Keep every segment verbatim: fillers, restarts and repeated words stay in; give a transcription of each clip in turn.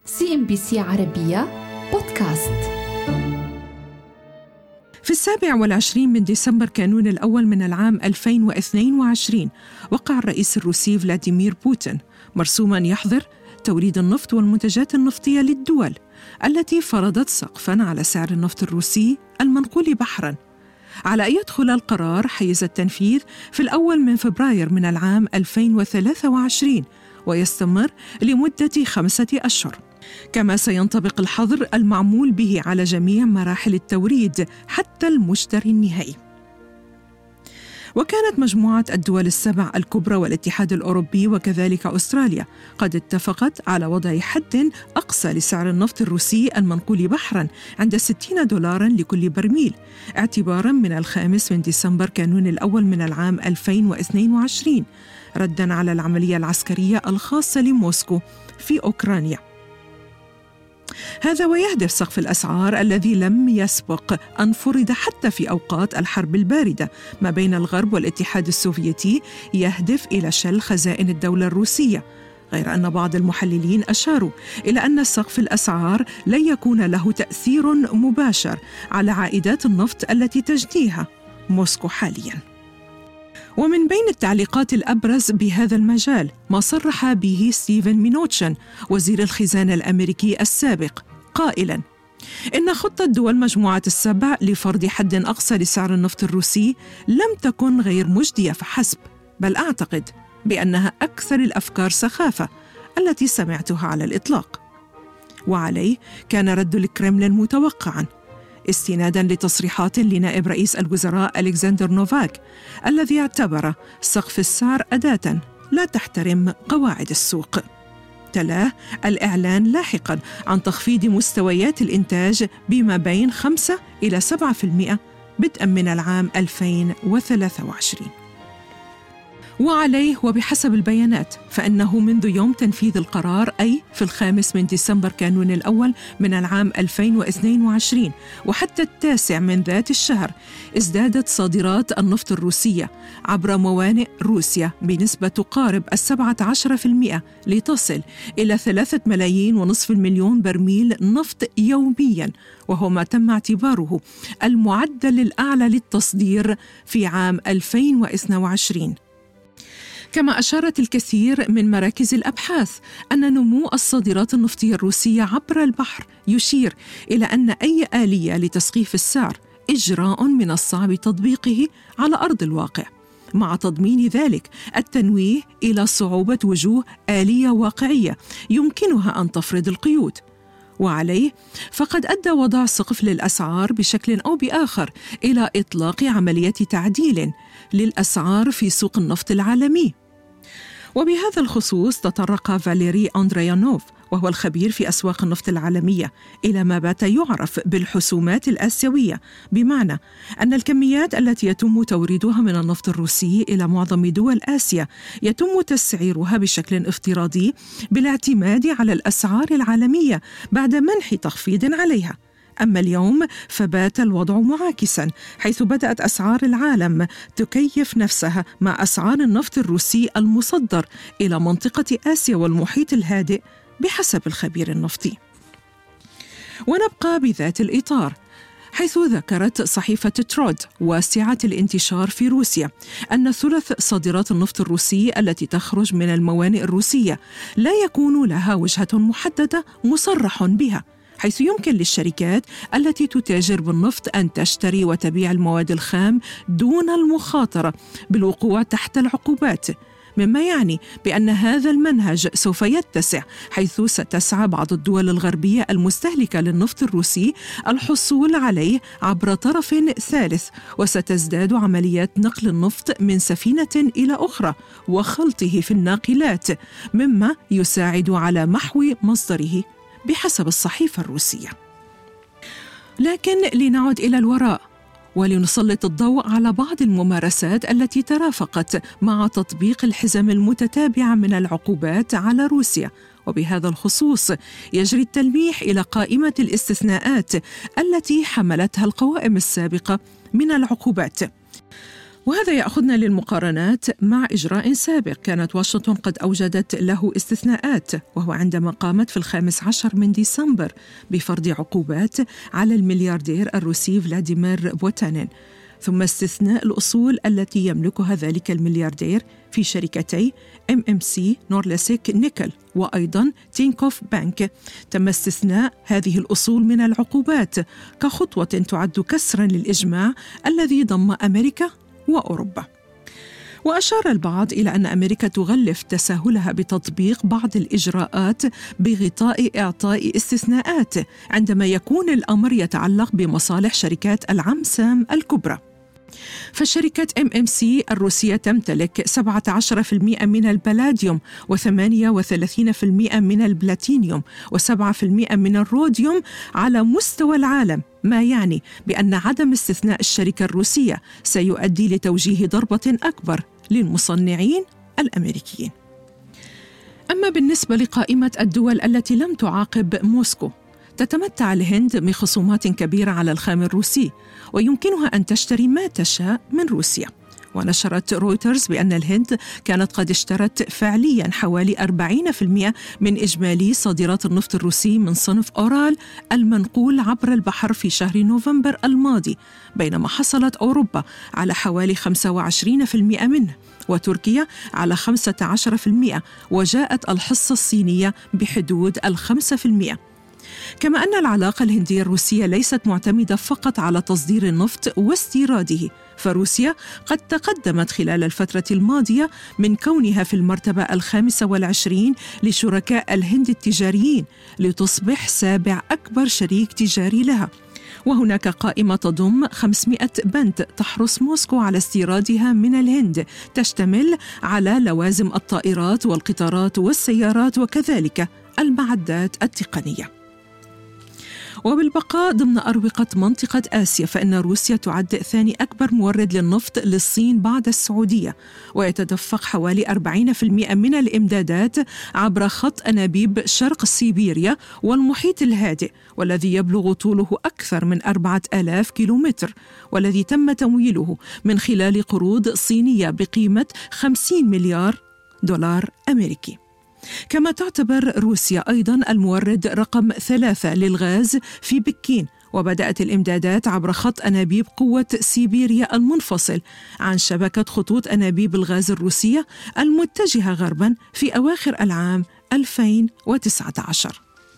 سي إم بي سي عربية بودكاست. في السابع والعشرين من ديسمبر كانون الأول من العام ألفين واثنين وعشرين وقع الرئيس الروسي فلاديمير بوتين مرسوماً يحظر توريد النفط والمنتجات النفطية للدول التي فرضت سقفاً على سعر النفط الروسي المنقول بحراً، على أن يدخل القرار حيز التنفيذ في الأول من فبراير من العام ألفين وثلاثة وعشرين ويستمر لمدة خمسة أشهر. كما سينطبق الحظر المعمول به على جميع مراحل التوريد حتى المشتري النهائي. وكانت مجموعة الدول السبع الكبرى والاتحاد الأوروبي وكذلك أستراليا قد اتفقت على وضع حد أقصى لسعر النفط الروسي المنقول بحراً عند ستين دولاراً لكل برميل اعتباراً من الخامس من ديسمبر كانون الأول من العام ألفين واثنين وعشرين، رداً على العملية العسكرية الخاصة لموسكو في أوكرانيا. هذا ويهدف سقف الأسعار الذي لم يسبق أن فرض حتى في أوقات الحرب الباردة ما بين الغرب والاتحاد السوفيتي، يهدف إلى شل خزائن الدولة الروسية، غير أن بعض المحللين أشاروا إلى أن سقف الأسعار لن يكون له تأثير مباشر على عائدات النفط التي تجنيها موسكو حالياً. ومن بين التعليقات الأبرز بهذا المجال ما صرح به ستيفن مينوتشن وزير الخزانة الأمريكي السابق قائلاً إن خطة دول مجموعة السبع لفرض حد أقصى لسعر النفط الروسي لم تكن غير مجدية فحسب، بل أعتقد بأنها أكثر الأفكار سخافة التي سمعتها على الإطلاق. وعليه كان رد الكرملين متوقعاً، استناداً لتصريحات لنائب رئيس الوزراء ألكسندر نوفاك الذي اعتبر سقف السعر أداة لا تحترم قواعد السوق. تلاه الإعلان لاحقاً عن تخفيض مستويات الإنتاج بما بين خمسة إلى سبعة بالمئة بدءاً من العام ألفين وثلاثة وعشرين. وعليه وبحسب البيانات فإنه منذ يوم تنفيذ القرار، أي في الخامس من ديسمبر كانون الأول من العام ألفين واثنين وعشرين وحتى التاسع من ذات الشهر، ازدادت صادرات النفط الروسية عبر موانئ روسيا بنسبة تقارب السبعة عشر بالمئة لتصل إلى ثلاثة ملايين ونصف المليون برميل نفط يومياً، وهو ما تم اعتباره المعدل الأعلى للتصدير في عام ألفين واثنين وعشرين. كما أشارت الكثير من مراكز الأبحاث أن نمو الصادرات النفطية الروسية عبر البحر يشير إلى أن أي آلية لتسقيف السعر إجراء من الصعب تطبيقه على أرض الواقع، مع تضمين ذلك التنويه إلى صعوبة وجوه آلية واقعية يمكنها أن تفرض القيود. وعليه فقد أدى وضع سقف للأسعار بشكل أو بآخر إلى إطلاق عملية تعديل للأسعار في سوق النفط العالمي. وبهذا الخصوص تطرق فاليري أندريانوف وهو الخبير في أسواق النفط العالمية إلى ما بات يعرف بالحسومات الآسيوية، بمعنى أن الكميات التي يتم توريدها من النفط الروسي إلى معظم دول آسيا يتم تسعيرها بشكل افتراضي بالاعتماد على الأسعار العالمية بعد منح تخفيض عليها. أما اليوم فبات الوضع معاكساً، حيث بدأت أسعار العالم تكيف نفسها مع أسعار النفط الروسي المصدر إلى منطقة آسيا والمحيط الهادئ بحسب الخبير النفطي. ونبقى بذات الإطار، حيث ذكرت صحيفة ترود واسعة الانتشار في روسيا أن ثلث صادرات النفط الروسي التي تخرج من الموانئ الروسية لا يكون لها وجهة محددة مصرح بها، حيث يمكن للشركات التي تتاجر بالنفط أن تشتري وتبيع المواد الخام دون المخاطرة بالوقوع تحت العقوبات، مما يعني بأن هذا المنهج سوف يتسع، حيث ستسعى بعض الدول الغربية المستهلكة للنفط الروسي الحصول عليه عبر طرف ثالث، وستزداد عمليات نقل النفط من سفينة إلى أخرى وخلطه في الناقلات، مما يساعد على محو مصدره بحسب الصحيفة الروسية. لكن لنعد إلى الوراء ولنسلط الضوء على بعض الممارسات التي ترافقت مع تطبيق الحزم المتتابعة من العقوبات على روسيا. وبهذا الخصوص يجري التلميح إلى قائمة الاستثناءات التي حملتها القوائم السابقة من العقوبات. وهذا يأخذنا للمقارنات مع إجراء سابق كانت واشنطن قد أوجدت له استثناءات، وهو عندما قامت في الخامس عشر من ديسمبر بفرض عقوبات على الملياردير الروسي فلاديمير بوتانين، ثم استثناء الأصول التي يملكها ذلك الملياردير في شركتي إم إم سي نورلسيك نيكل وأيضاً تينكوف بانك. تم استثناء هذه الأصول من العقوبات كخطوة تعد كسراً للإجماع الذي ضم أمريكا وأوروبا. وأشار البعض إلى أن أمريكا تغلف تساهلها بتطبيق بعض الإجراءات بغطاء إعطاء استثناءات عندما يكون الأمر يتعلق بمصالح شركات العمسام الكبرى. فشركة إم إم سي الروسية تمتلك سبعة عشر بالمئة من البلاديوم وثمانية وثلاثين بالمئة من البلاتينيوم وسبعة بالمئة من الروديوم على مستوى العالم، ما يعني بأن عدم استثناء الشركة الروسية سيؤدي لتوجيه ضربة أكبر للمصنعين الأمريكيين. أما بالنسبة لقائمة الدول التي لم تعاقب موسكو، تتمتع الهند بخصومات كبيرة على الخام الروسي ويمكنها أن تشتري ما تشاء من روسيا. ونشرت رويترز بأن الهند كانت قد اشترت فعلياً حوالي أربعين بالمئة من إجمالي صادرات النفط الروسي من صنف أورال المنقول عبر البحر في شهر نوفمبر الماضي، بينما حصلت أوروبا على حوالي خمسة وعشرين بالمئة منه وتركيا على خمسة عشر بالمئة، وجاءت الحصة الصينية بحدود الخمسة بالمئة. كما أن العلاقة الهندية الروسية ليست معتمدة فقط على تصدير النفط واستيراده، فروسيا قد تقدمت خلال الفترة الماضية من كونها في المرتبة الخامسة والعشرين لشركاء الهند التجاريين لتصبح سابع أكبر شريك تجاري لها. وهناك قائمة تضم خمسمئة بند تحرص موسكو على استيرادها من الهند، تشتمل على لوازم الطائرات والقطارات والسيارات وكذلك المعدات التقنية. وبالبقاء ضمن أروقة منطقة آسيا، فإن روسيا تعد ثاني أكبر مورد للنفط للصين بعد السعودية، ويتدفق حوالي أربعين بالمئة من الإمدادات عبر خط أنابيب شرق سيبيريا والمحيط الهادئ، والذي يبلغ طوله أكثر من أربعة آلاف كيلومتر، والذي تم تمويله من خلال قروض صينية بقيمة خمسين مليار دولار أمريكي. كما تعتبر روسيا أيضاً المورد رقم ثلاثة للغاز في بكين، وبدأت الإمدادات عبر خط أنابيب قوة سيبيريا المنفصل عن شبكة خطوط أنابيب الغاز الروسية المتجهة غرباً في أواخر العام ألفين وتسعة عشر.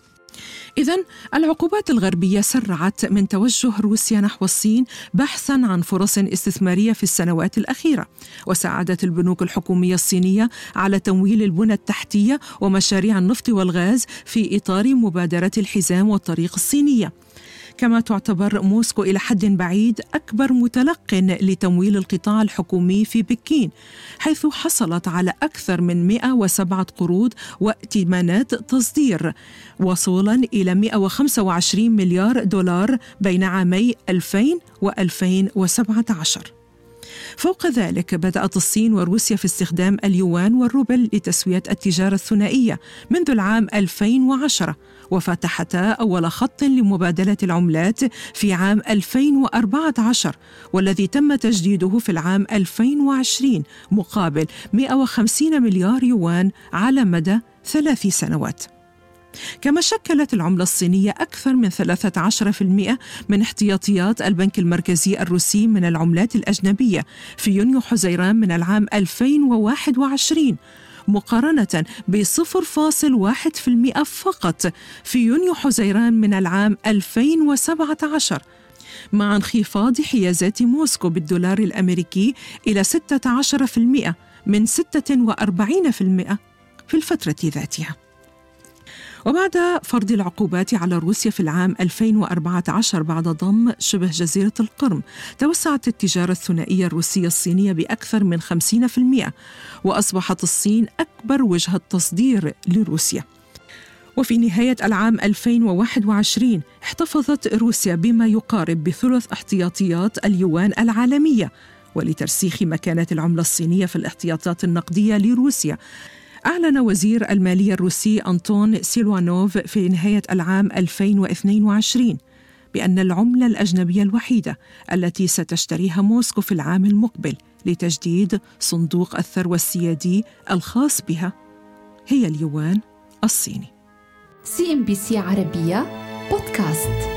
إذن العقوبات الغربية سرعت من توجه روسيا نحو الصين بحثاً عن فرص استثمارية في السنوات الأخيرة، وساعدت البنوك الحكومية الصينية على تمويل البنى التحتية ومشاريع النفط والغاز في إطار مبادرة الحزام والطريق الصينية. كما تعتبر موسكو إلى حد بعيد أكبر متلق لتمويل القطاع الحكومي في بكين، حيث حصلت على أكثر من مئة وسبعة قروض وائتمانات تصدير وصولا إلى مئة وخمسة وعشرين مليار دولار بين عامي ألفين وألفين وسبعة عشر. فوق ذلك بدأت الصين وروسيا في استخدام اليوان والروبل لتسوية التجارة الثنائية منذ العام ألفين وعشرة، وفتحتا أول خط لمبادلة العملات في عام ألفين وأربعة عشر، والذي تم تجديده في العام ألفين وعشرين مقابل مئة وخمسين مليار يوان على مدى ثلاث سنوات. كما شكلت العملة الصينية أكثر من ثلاثة عشر بالمئة من احتياطيات البنك المركزي الروسي من العملات الأجنبية في يونيو حزيران من العام ألفين وواحد وعشرين، مقارنة ب صفر فاصل واحد بالمئة فقط في يونيو حزيران من العام ألفين وسبعة عشر، مع انخفاض حيازات موسكو بالدولار الأمريكي إلى ستة عشر بالمئة من ستة وأربعين بالمئة في الفترة ذاتها. وبعد فرض العقوبات على روسيا في العام ألفين وأربعة عشر بعد ضم شبه جزيرة القرم، توسعت التجارة الثنائية الروسية الصينية بأكثر من خمسين بالمئة، وأصبحت الصين أكبر وجهة تصدير لروسيا. وفي نهاية العام ألفين وواحد وعشرين احتفظت روسيا بما يقارب بثلث احتياطيات اليوان العالمية. ولترسيخ مكانة العملة الصينية في الاحتياطات النقدية لروسيا، أعلن وزير المالية الروسي أنطون سيلوانوف في نهاية العام ألفين واثنين وعشرين بأن العملة الأجنبية الوحيدة التي ستشتريها موسكو في العام المقبل لتجديد صندوق الثروة السيادي الخاص بها هي اليوان الصيني. سي إم بي سي عربية بودكاست.